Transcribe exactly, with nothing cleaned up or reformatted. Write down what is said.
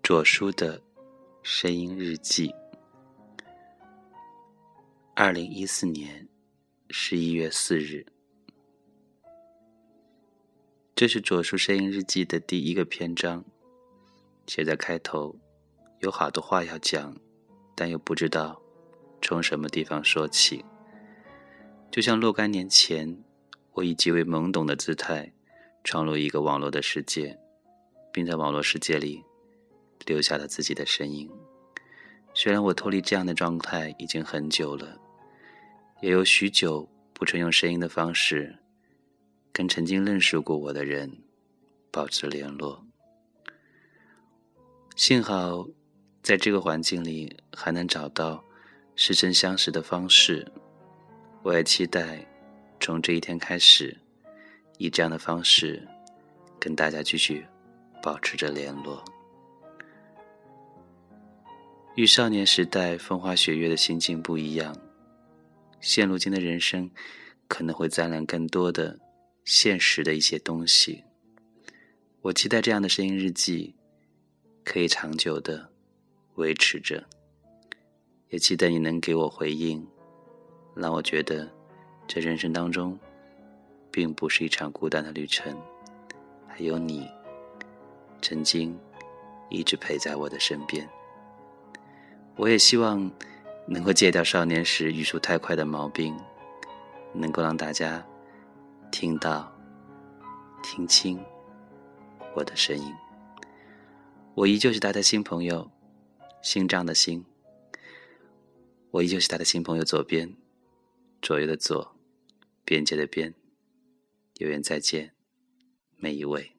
左叔的声音日记。二零一四年十一月四日，这是左叔声音日记的第一个篇章，写在开头，有好多话要讲，但又不知道从什么地方说起。就像若干年前，我以极为懵懂的姿态闯入一个网络的世界，并在网络世界里留下了自己的身影。虽然我脱离这样的状态已经很久了，也有许久不曾用声音的方式跟曾经认识过我的人保持联络。幸好在这个环境里还能找到似曾相识的方式，我也期待从这一天开始，以这样的方式跟大家继续保持着联络。与少年时代风花雪月的心境不一样，现如今的人生可能会沾染更多的现实的一些东西。我期待这样的声音日记可以长久的维持着，也期待你能给我回应，让我觉得这人生当中并不是一场孤单的旅程，还有你曾经一直陪在我的身边。我也希望能够戒掉少年时语速太快的毛病，能够让大家听到听清我的声音。我依旧是他的新朋友，心脏的心。我依旧是他的新朋友，左边，左右的左，边界的边。有缘再见，每一位。